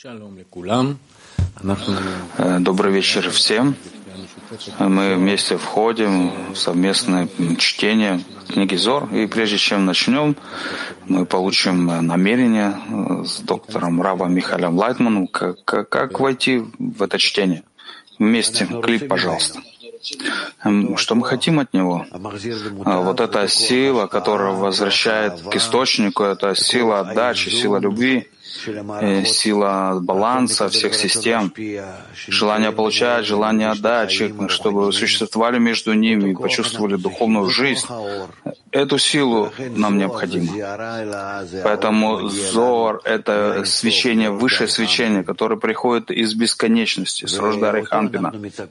Добрый вечер всем. Мы вместе входим в совместное чтение книги Зор. И прежде чем начнем, мы получим намерение с доктором Равом Михаилом Лайтманом, как войти в это чтение. Вместе. Клип, пожалуйста. Что мы хотим от него? Вот эта сила, которая возвращает к источнику, это сила отдачи, сила любви, сила баланса всех систем, желание получать, желание отдачи, чтобы существовали между ними и почувствовали духовную жизнь. Эту силу нам необходимо. Поэтому Зоар — это свечение, высшее свечение, которое приходит из бесконечности, с Рождара Ханпина.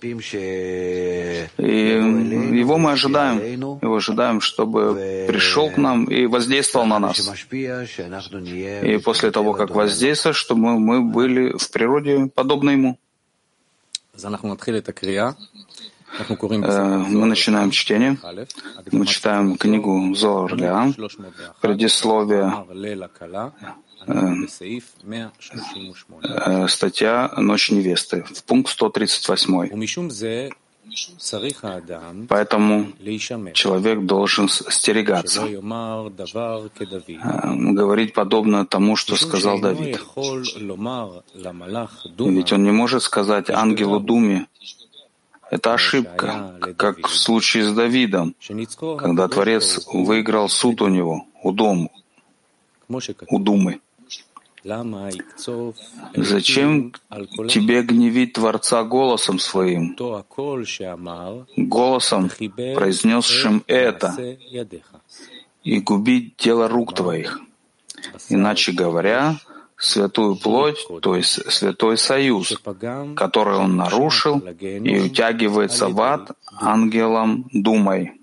И его мы ожидаем, чтобы пришел к нам и воздействовал на нас. И после того, как воздействовать, чтобы мы были в природе подобны ему. Мы начинаем чтение. Мы читаем книгу Зоар Ле'ам, предисловие, статья «Ночь невесты», в пункт 138. Поэтому человек должен стерегаться, говорить подобно тому, что сказал Давид. Ведь он не может сказать ангелу Думе. Это ошибка, как в случае с Давидом, когда Творец выиграл суд у него, у Думы. Зачем тебе гневить Творца голосом своим, голосом, произнесшим это, и губить дело рук твоих? Иначе говоря, святую плоть, то есть святой союз, который он нарушил и утягивается в ад ангелом Думой.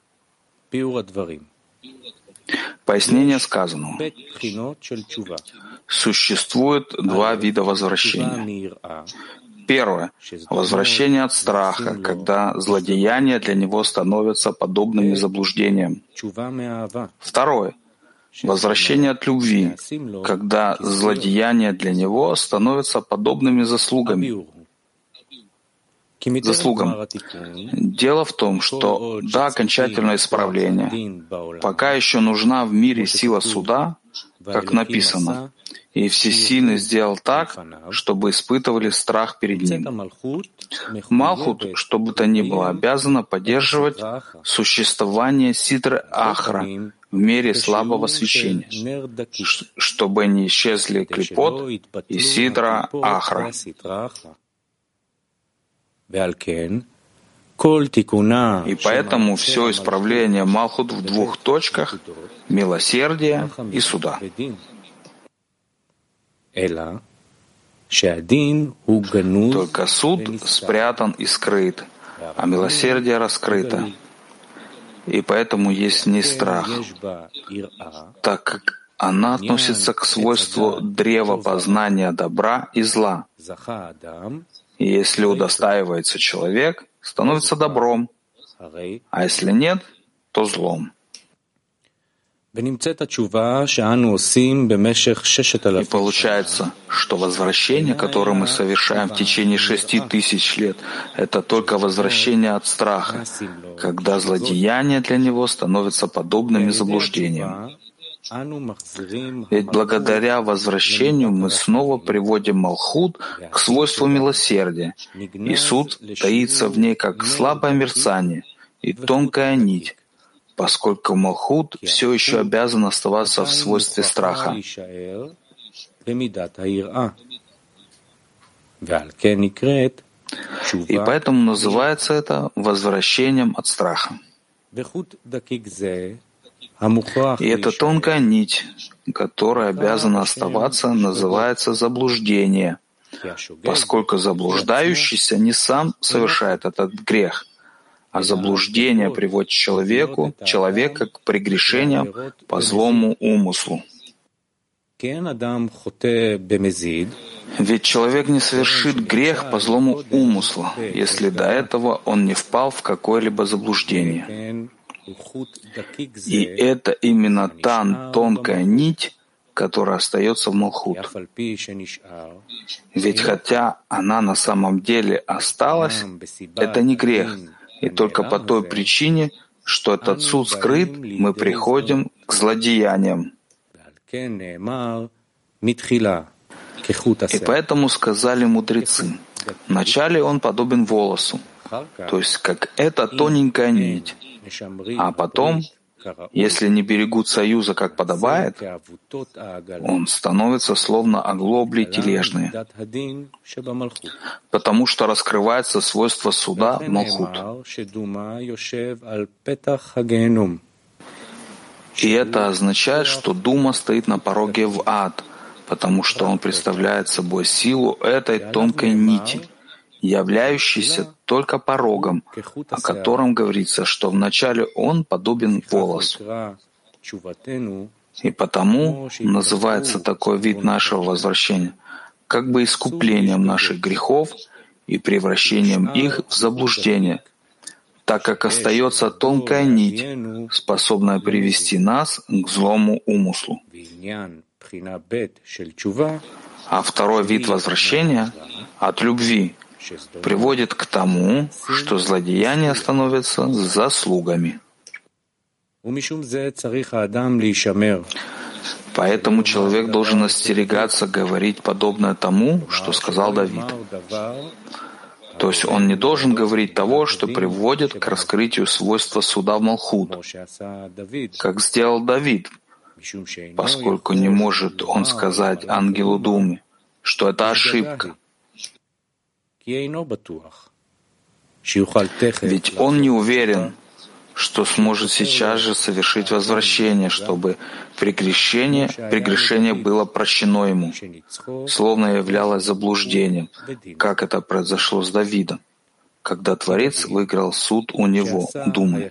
Пояснение сказанного. Существует два вида возвращения. Первое — возвращение от страха, когда злодеяния для него становятся подобными заблуждениям. Второе — возвращение от любви, когда злодеяния для него становятся подобными заслугам. Дело в том, что до окончательного исправления пока еще нужна в мире сила суда, как написано, и Всесильный сделал так, чтобы испытывали страх перед ним. Малхут, что бы то ни было, обязана поддерживать существование Ситры Ахра в мере слабого свечения, чтобы не исчезли клипот и Ситра Ахра. И поэтому все исправление Малхут в двух точках — милосердия и суда. Только суд спрятан и скрыт, а милосердие раскрыто. И поэтому есть не страх, так как она относится к свойству древа познания добра и зла. И если удостаивается человек, становится добром, а если нет, то злом. И получается, что возвращение, которое мы совершаем в течение 6000 лет, это только возвращение от страха, когда злодеяния для него становятся подобными заблуждениям. Ведь благодаря возвращению мы снова приводим Малхут к свойству милосердия, и суд таится в ней как слабое мерцание и тонкая нить, поскольку Малхут все еще обязан оставаться в свойстве страха. И поэтому называется это возвращением от страха. И эта тонкая нить, которая обязана оставаться, называется заблуждение, поскольку заблуждающийся не сам совершает этот грех, а заблуждение приводит человека к прегрешениям по злому умыслу. Ведь человек не совершит грех по злому умыслу, если до этого он не впал в какое-либо заблуждение. И это именно та тонкая нить, которая остается в Малхут. Ведь хотя она на самом деле осталась, это не грех, и только по той причине, что этот суд скрыт, мы приходим к злодеяниям. И поэтому сказали мудрецы, вначале он подобен волосу, то есть как эта тоненькая нить, а потом, если не берегут союза как подобает, он становится словно оглобли тележные, потому что раскрывается свойство суда Малхут. И это означает, что Дума стоит на пороге в ад, потому что он представляет собой силу этой тонкой нити, являющейся только порогом, о котором говорится, что вначале он подобен волосу. И потому называется такой вид нашего возвращения как бы искуплением наших грехов и превращением их в заблуждение, так как остается тонкая нить, способная привести нас к злому умыслу. А второй вид возвращения от любви приводит к тому, что злодеяния становятся заслугами. Поэтому человек должен остерегаться говорить подобное тому, что сказал Давид. То есть он не должен говорить того, что приводит к раскрытию свойства суда в Малхут, как сделал Давид, поскольку не может он сказать ангелу Думы, что это ошибка. Ведь он не уверен, что сможет сейчас же совершить возвращение, чтобы прегрешение было прощено ему, словно являлось заблуждением, как это произошло с Давидом, когда Творец выиграл суд у него, Думы.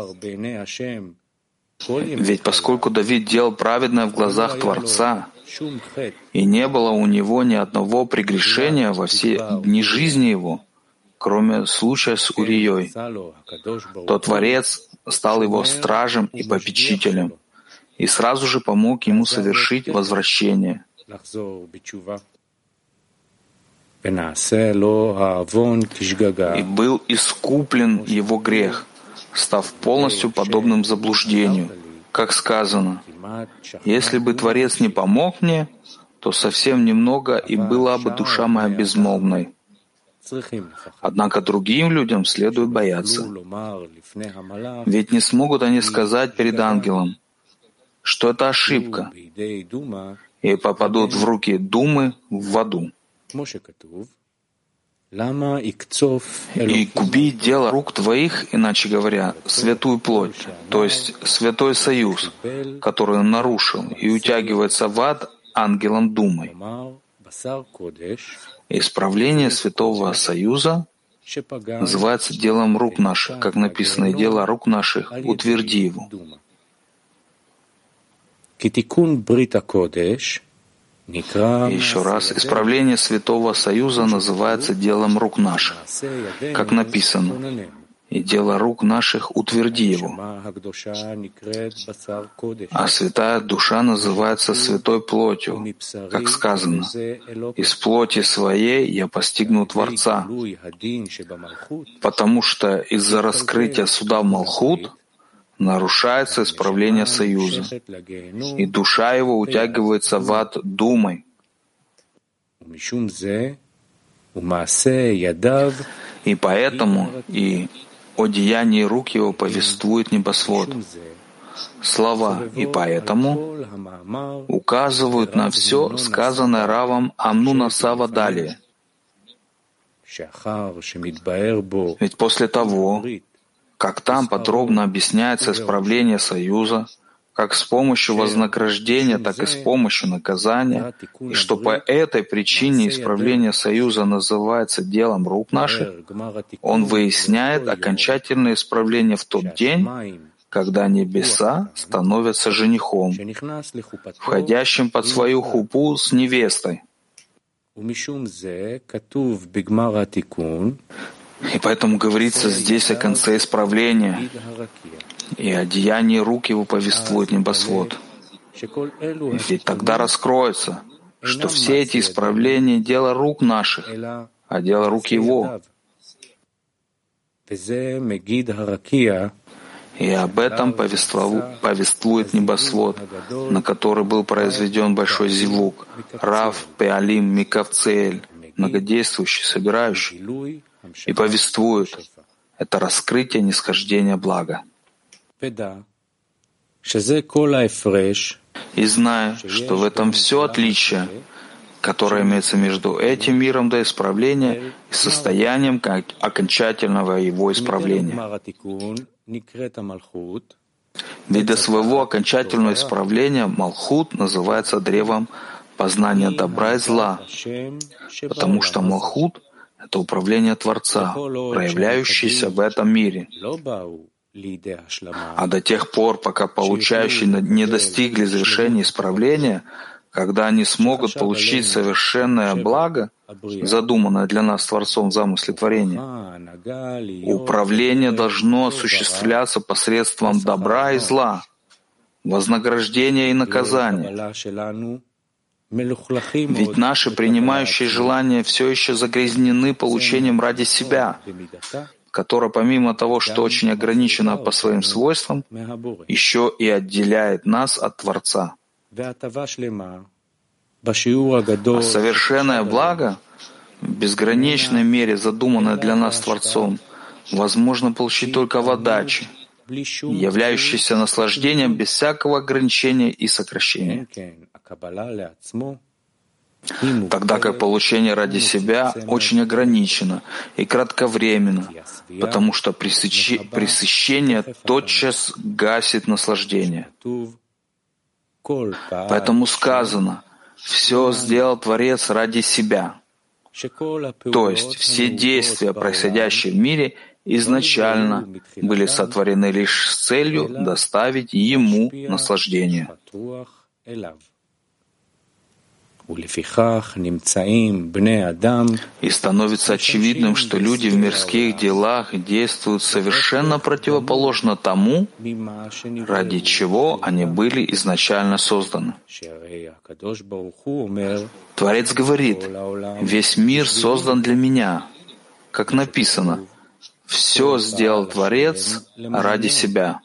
Ведь поскольку Давид делал праведное в глазах Творца, и не было у него ни одного прегрешения во все дни жизни его, кроме случая с Урией, то Творец стал его стражем и попечителем и сразу же помог ему совершить возвращение. И был искуплен его грех, став полностью подобным заблуждению, как сказано, «Если бы Творец не помог мне, то совсем немного, и была бы душа моя безмолвной». Однако другим людям следует бояться. Ведь не смогут они сказать перед ангелом, что это ошибка, и попадут в руки Думы в аду. И губи дело рук твоих, иначе говоря, святую плоть, то есть святой союз, который он нарушил, и утягивается в ад ангелом Думой. Исправление Святого Союза называется делом рук наших, как написано, и дело рук наших утверди его. Еще раз, исправление Святого Союза называется делом рук наших, как написано, и дело рук наших утверди его. А святая душа называется святой плотью, как сказано, из плоти своей я постигну Творца, потому что из-за раскрытия суда в Малхут нарушается исправление союза, и душа его утягивается в ад Думой. И поэтому и о деянии рук его повествует небосвод. Слова «и поэтому» указывают на все, сказанное Равом Амнуна Сава далее. Ведь после того, как там подробно объясняется исправление союза, как с помощью вознаграждения, так и с помощью наказания, и что по этой причине исправление союза называется делом рук наших, он выясняет окончательное исправление в тот день, когда небеса становятся женихом, входящим под свою хупу с невестой. И поэтому говорится здесь о конце исправления, и о деянии рук его повествует небосвод. Ведь тогда раскроется, что все эти исправления — дело рук наших, а дело рук Его. И об этом повествует небосвод, на который был произведен большой зевук, Рав Пеалим Микавцеэль, многодействующий, собирающий, и повествует — это раскрытие нисхождения блага. И зная, что в этом все отличие, которое имеется между этим миром до исправления и состоянием окончательного его исправления. Ведь до своего окончательного исправления Малхут называется древом познания добра и зла, потому что Малхут — это управление Творца, проявляющееся в этом мире. А до тех пор, пока получающие не достигли завершения исправления, когда они смогут получить совершенное благо, задуманное для нас Творцом в замысле творения, управление должно осуществляться посредством добра и зла, вознаграждения и наказания. Ведь наши принимающие желания все еще загрязнены получением ради себя, которое помимо того, что очень ограничено по своим свойствам, еще и отделяет нас от Творца. А совершенное благо, в безграничной мере задуманное для нас Творцом, возможно получить только в отдаче, являющейся наслаждением без всякого ограничения и сокращения. Тогда как получение ради себя очень ограничено и кратковременно, потому что пресыщение тотчас гасит наслаждение. Поэтому сказано: «Все сделал Творец ради себя». То есть все действия, происходящие в мире, изначально были сотворены лишь с целью доставить Ему наслаждение. И становится очевидным, что люди в мирских делах действуют совершенно противоположно тому, ради чего они были изначально созданы. Творец говорит: «Весь мир создан для меня», как написано: «Все сделал Творец ради себя».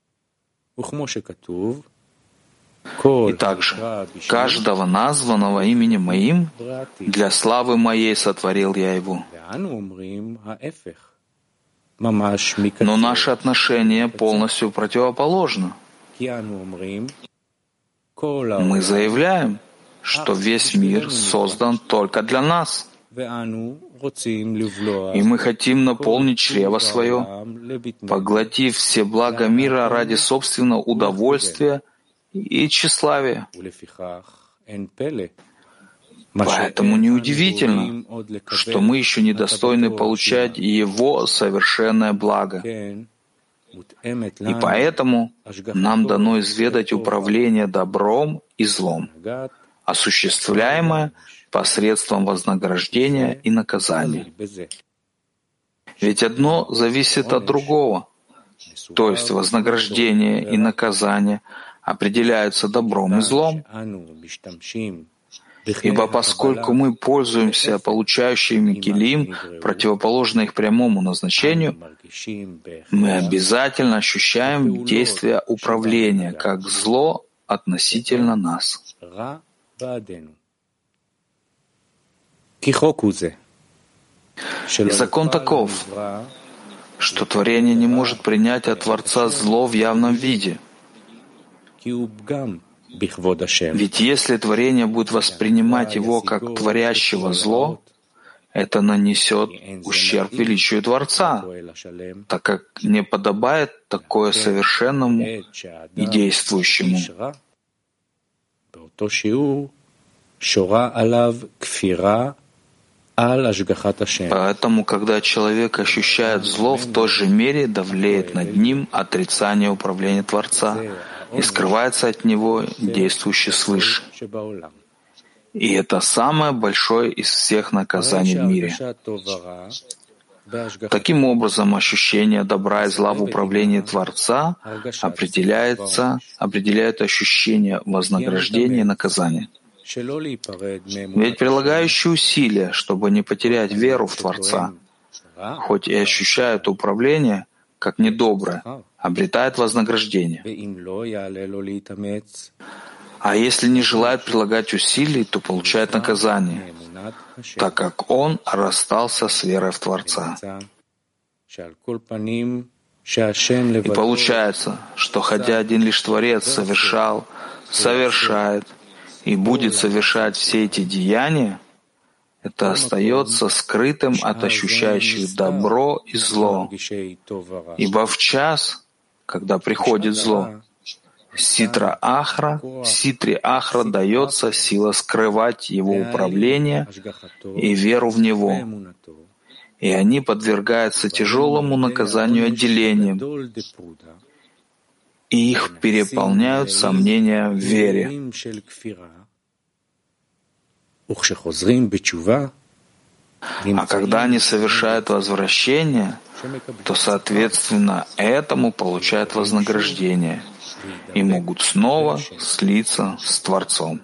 И также каждого названного именем Моим для славы Моей сотворил я его. Но наше отношение полностью противоположно. Мы заявляем, что весь мир создан только для нас. И мы хотим наполнить чрево свое, поглотив все блага мира ради собственного удовольствия и тщеславия. Поэтому неудивительно, что мы еще недостойны получать Его совершенное благо. И поэтому нам дано изведать управление добром и злом, осуществляемое посредством вознаграждения и наказания. Ведь одно зависит от другого, то есть вознаграждение и наказание определяются добром и злом. Ибо поскольку мы пользуемся получающими килим, противоположно их прямому назначению, мы обязательно ощущаем действие управления как зло относительно нас. И закон таков, что творение не может принять от Творца зло в явном виде. Ведь если творение будет воспринимать его как творящего зло, это нанесет ущерб величию Творца, так как не подобает такое совершенному и действующему. Поэтому, когда человек ощущает зло, в той же мере давлеет над ним отрицание управления Творца и скрывается от него действующий свыше. И это самое большое из всех наказаний в мире. Таким образом, ощущение добра и зла в управлении Творца определяет ощущение вознаграждения и наказания. Ведь прилагающие усилия, чтобы не потерять веру в Творца, хоть и ощущают управление как недоброе, обретают вознаграждение. А если не желает прилагать усилий, то получает наказание, так как он расстался с верой в Творца. И получается, что хотя один лишь Творец совершал, совершает и будет совершать все эти деяния, это остается скрытым от ощущающих добро и зло. Ибо в час, когда приходит зло, Ситре Ахра дается сила скрывать его управление и веру в него, и они подвергаются тяжелому наказанию отделением, и их переполняют сомнения в вере. А когда они совершают возвращение, то, соответственно, этому получают вознаграждение и могут снова слиться с Творцом.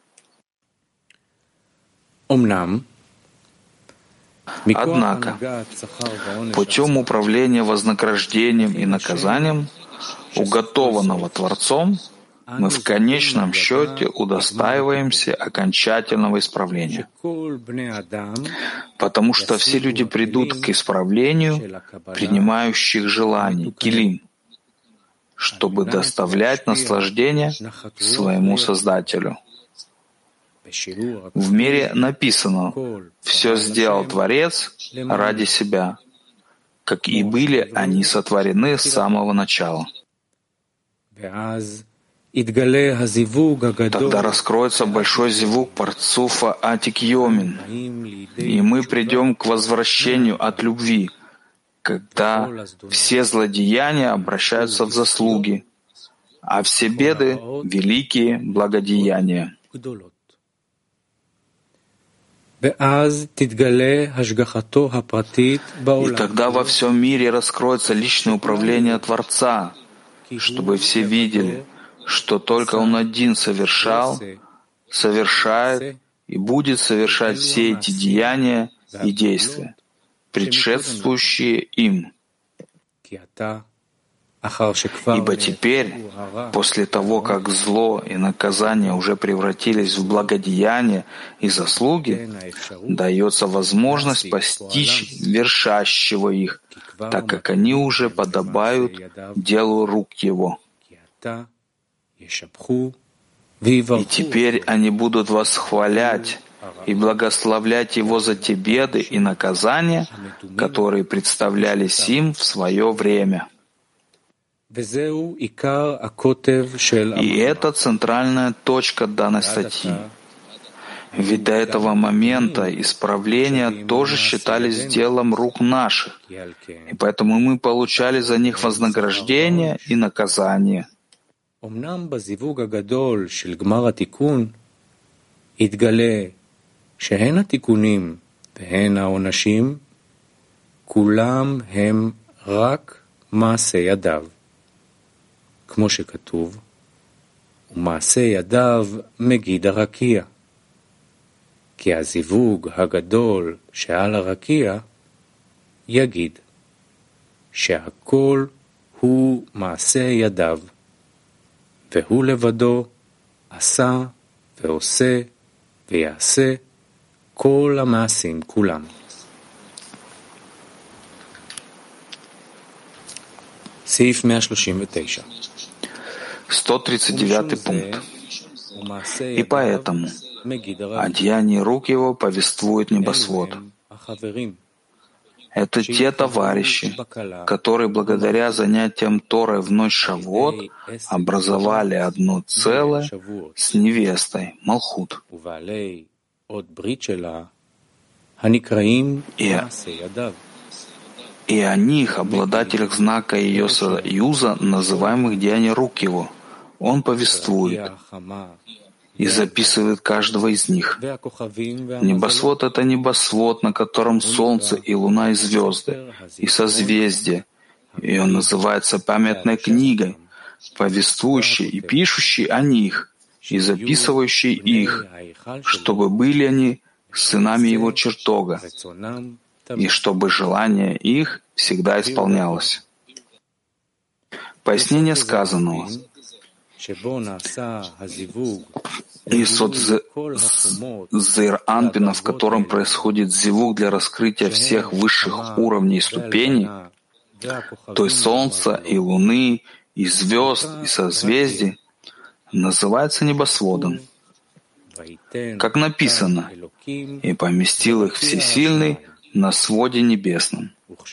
Однако, путем управления вознаграждением и наказанием, уготованного Творцом, мы в конечном счете удостаиваемся окончательного исправления. Потому что все люди придут к исправлению принимающих желаний, килим, чтобы доставлять наслаждение своему Создателю. В мире написано: «Все сделал Творец ради себя, как и были они сотворены с самого начала». Тогда раскроется большой зивук парцуфа Атик Йомин, и мы придем к возвращению от любви, когда все злодеяния обращаются в заслуги, а все беды — великие благодеяния. И тогда во всем мире раскроется личное управление Творца, чтобы все видели, что только Он один совершал, совершает и будет совершать все эти деяния и действия, предшествующие им. Ибо теперь, после того, как зло и наказание уже превратились в благодеяния и заслуги, дается возможность постичь вершащего их, так как они уже подобают делу рук Его. И теперь они будут восхвалять и благословлять Его за те беды и наказания, которые представлялись им в свое время. И это центральная точка данной статьи. Ведь до этого момента исправления тоже считались делом рук наших, и поэтому мы получали за них вознаграждение и наказание. שהן התיקונים והן העונשים, כולם הם רק מעשה ידיו. כמו שכתוב, ומעשה ידיו מגיד הרקיע. כי הזיווג הגדול שעל הרקיע יגיד שהכל הוא מעשה ידיו, והוא לבדו עשה ועושה ויעשה כל המעשים כולם. סעיף 139. 139 пункт. И поэтому о деянии рук его повествует небосвод. Это те товарищи, которые благодаря занятиям Торой в ночь Шавуот образовали одно целое с невестой, Малхут. И о них, обладателях знака ее союза, называемых деяния рук его, он повествует. и записывает каждого из них. Небосвод — это небосвод, на котором солнце и луна и звезды, и созвездия, и он называется памятной книгой, повествующей и пишущей о них, и записывающей их, чтобы были они сынами его чертога, и чтобы желание их всегда исполнялось. Пояснение сказанного. Исод Зеир Анпина, в котором происходит зивук для раскрытия всех высших уровней и ступеней, то есть Солнца и Луны, и звезд, и созвездий, называется небосводом. Как написано, «И поместил их Всесильный на своде небесном».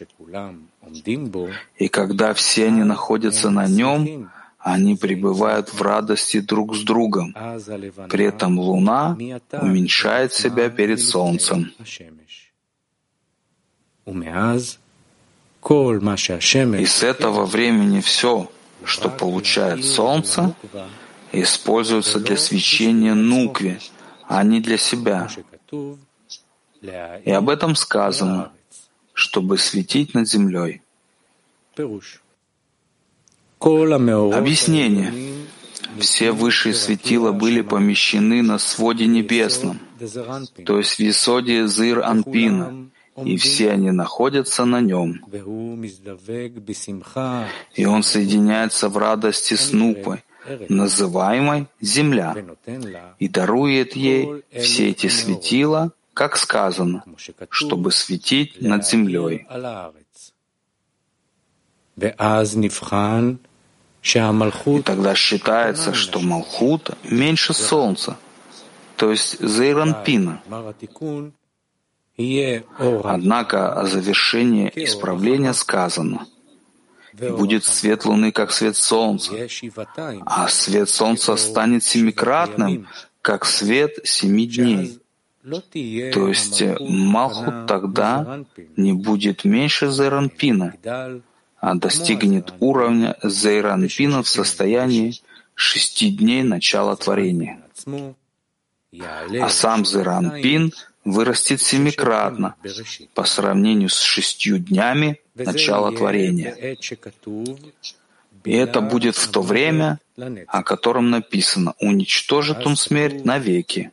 И когда все они находятся на нем, они пребывают в радости друг с другом. При этом Луна уменьшает себя перед Солнцем. И с этого времени все, что получает Солнце, используется для свечения нукве, а не для себя. И об этом сказано, чтобы светить над землей. Объяснение. Все высшие светила были помещены на своде небесном, то есть в Исоде Зеир Анпина, и все они находятся на нем. И он соединяется в радости с Нуквой, называемой Земля, и дарует ей все эти светила, как сказано, чтобы светить над землей. И тогда считается, что Малхут меньше Солнца, то есть Зеир Анпина. Однако о завершении исправления сказано, «И будет свет Луны, как свет Солнца, а свет Солнца станет семикратным, как свет 7 дней». То есть Малхут тогда не будет меньше Зеир Анпина, а достигнет уровня Зеир Анпина в состоянии 6 дней начала творения. А сам Зеир Анпин вырастет семикратно по сравнению с 6 днями начала творения. И это будет в то время, о котором написано, «Уничтожит он смерть навеки».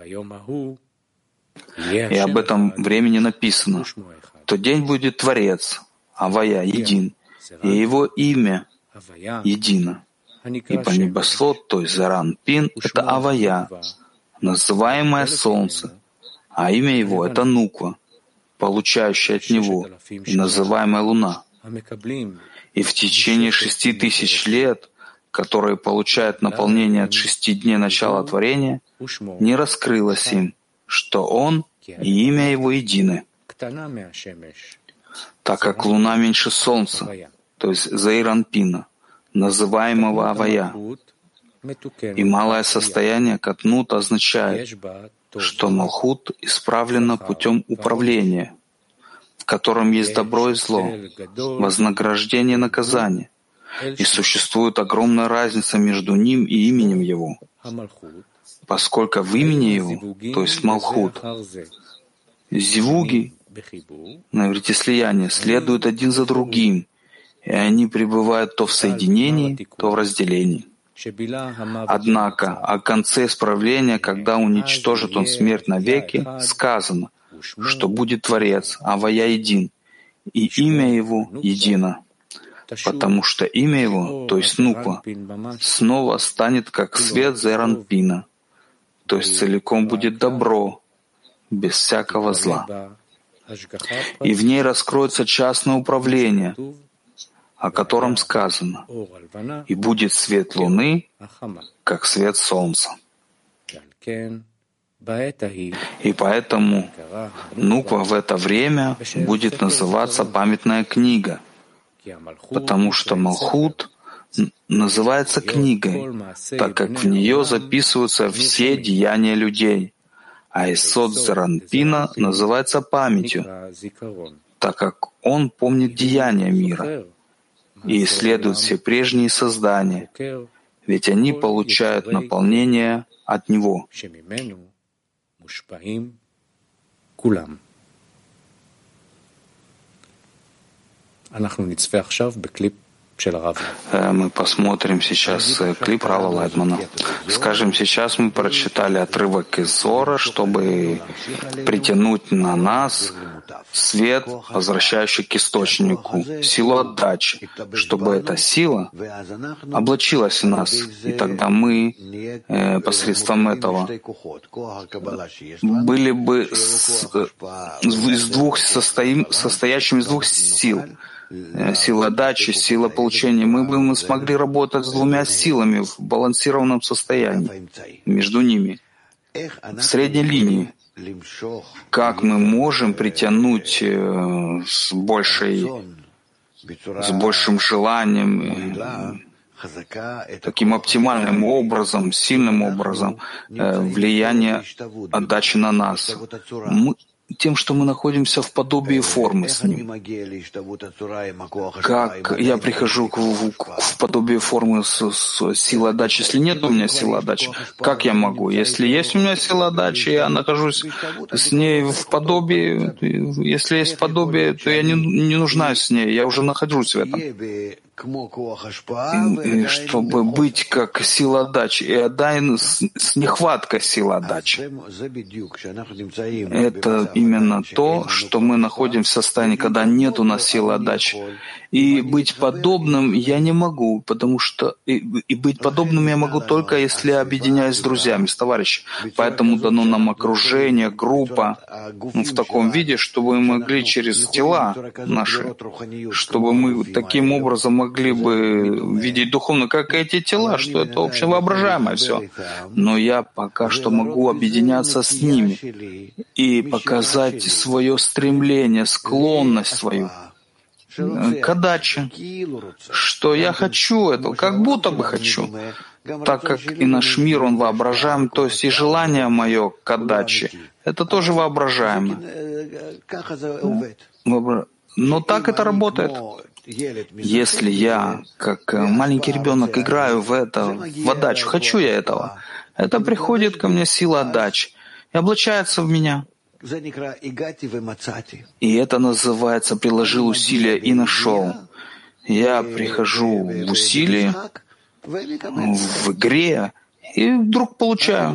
И об этом времени написано, «В тот день будет Творец, Авая един, и его имя едино». Ибо небосвод, то есть Зеир Анпин, это Авая, называемое Солнце, а имя его — это Нуква, получающая от него, и называемая Луна. И в течение 6000 лет, которые получают наполнение от 6 дней начала творения, не раскрылось им, что он и имя его едины. Так как Луна меньше Солнца, то есть Зеир Анпина, называемого Авая, и малое состояние Катнут означает, что Малхут исправлено путем управления, в котором есть добро и зло, вознаграждение и наказание, и существует огромная разница между ним и именем его, поскольку в имени его, то есть Малхут, зивуги, на иврите слияние, следуют один за другим, и они пребывают то в соединении, то в разделении. Однако о конце исправления, когда уничтожит он смерть навеки, сказано, что будет Творец, Авая един, и имя его едино, потому что имя его, то есть Нуква, снова станет как свет Зеир Анпина, то есть целиком будет добро, без всякого зла. И в ней раскроется частное управление, о котором сказано, «И будет свет Луны, как свет Солнца». И поэтому Нуква в это время будет называться «памятная книга», потому что Малхут называется книгой, так как в нее записываются все деяния людей, а Исод Зеир Анпина называется памятью, так как он помнит деяния мира и исследует все прежние создания, ведь они получают наполнение от Него. שממנו מושפעים כולם. אנחנו נצפה עכשיו בקליפ של הרב. Мы посмотрим сейчас клип Рава Лайтмана. Скажем, сейчас мы прочитали отрывок из Зора, чтобы притянуть на нас свет, возвращающий к источнику, силу отдачи, чтобы эта сила облачилась в нас. И тогда мы посредством этого были бы состоящими из двух сил. Сила отдачи, сила получения. Мы бы смогли работать с двумя силами в балансированном состоянии между ними, в средней линии. Как мы можем притянуть с большим желанием, таким оптимальным образом, сильным образом влияние отдачи на нас? Тем, что мы находимся в подобии формы с Ним. Как я прихожу в подобие формы с силой отдачи, если нет у меня силы отдачи, как я могу? Если есть у меня сила отдачи, я нахожусь с ней в подобии, если есть подобие, то я не нуждаюсь с ней, я уже нахожусь в этом. И чтобы быть как сила отдачи, и отдай с нехваткой силы отдачи. Это именно то, что мы находимся в состоянии, когда нет у нас силы отдачи. И быть подобным я не могу, потому что и быть подобным я могу только, если я объединяюсь с друзьями, с товарищами. Поэтому дано нам окружение, группа в таком виде, чтобы мы могли через тела наши, чтобы мы таким образом могли бы видеть духовно, как эти тела, что это общевоображаемое все. Но я пока что могу объединяться с ними и показать свое стремление, склонность свою к отдаче, что я хочу этого, как будто бы хочу, так как и наш мир, он воображаем, то есть и желание мое к отдаче, это тоже воображаемо. Но так это работает. Если я, как маленький ребенок, играю в отдачу, хочу я этого, это приходит ко мне сила отдачи и облачается в меня. И это называется «приложил усилия и нашел». Я прихожу в усилие, в игре, и вдруг получаю.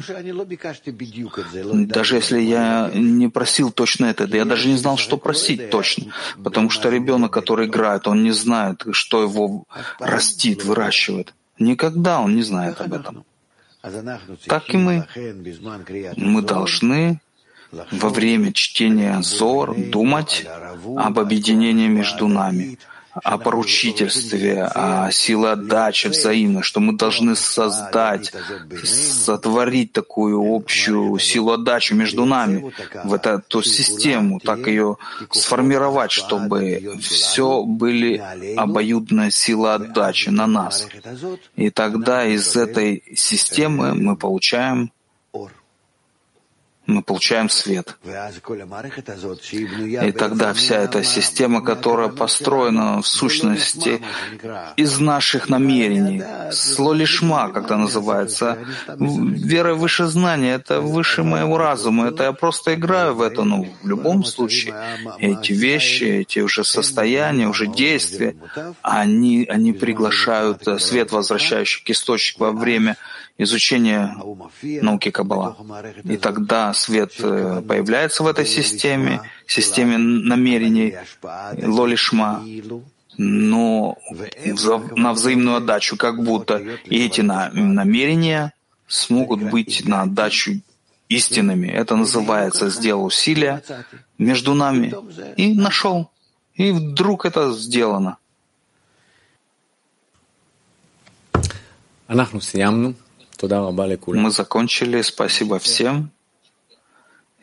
Даже если я не просил точно это, я даже не знал, что просить точно. Потому что ребенок, который играет, он не знает, что его растит, выращивает. Никогда он не знает об этом. Так и мы. Мы должны во время чтения Зор думать об объединении между нами, о поручительстве, о силе отдачи взаимной, что мы должны сотворить такую общую силу отдачи между нами, в эту систему, так ее сформировать, чтобы все были обоюдная сила отдачи на нас. И тогда из этой системы мы получаем свет. И тогда вся эта система, которая построена в сущности из наших намерений, сло-лишма, как это называется, вера выше знания, это выше моего разума, это я просто играю в это, но в любом случае эти вещи, эти уже состояния, уже действия, они приглашают свет, возвращающий к источнику во время изучения науки Каббала. И тогда свет появляется в этой системе намерений, ло-лишма, но на взаимную отдачу, как будто и эти намерения смогут быть на отдачу истинными. Это называется «сделал усилия между нами» и нашел. И вдруг это сделано. Мы закончили. Спасибо всем.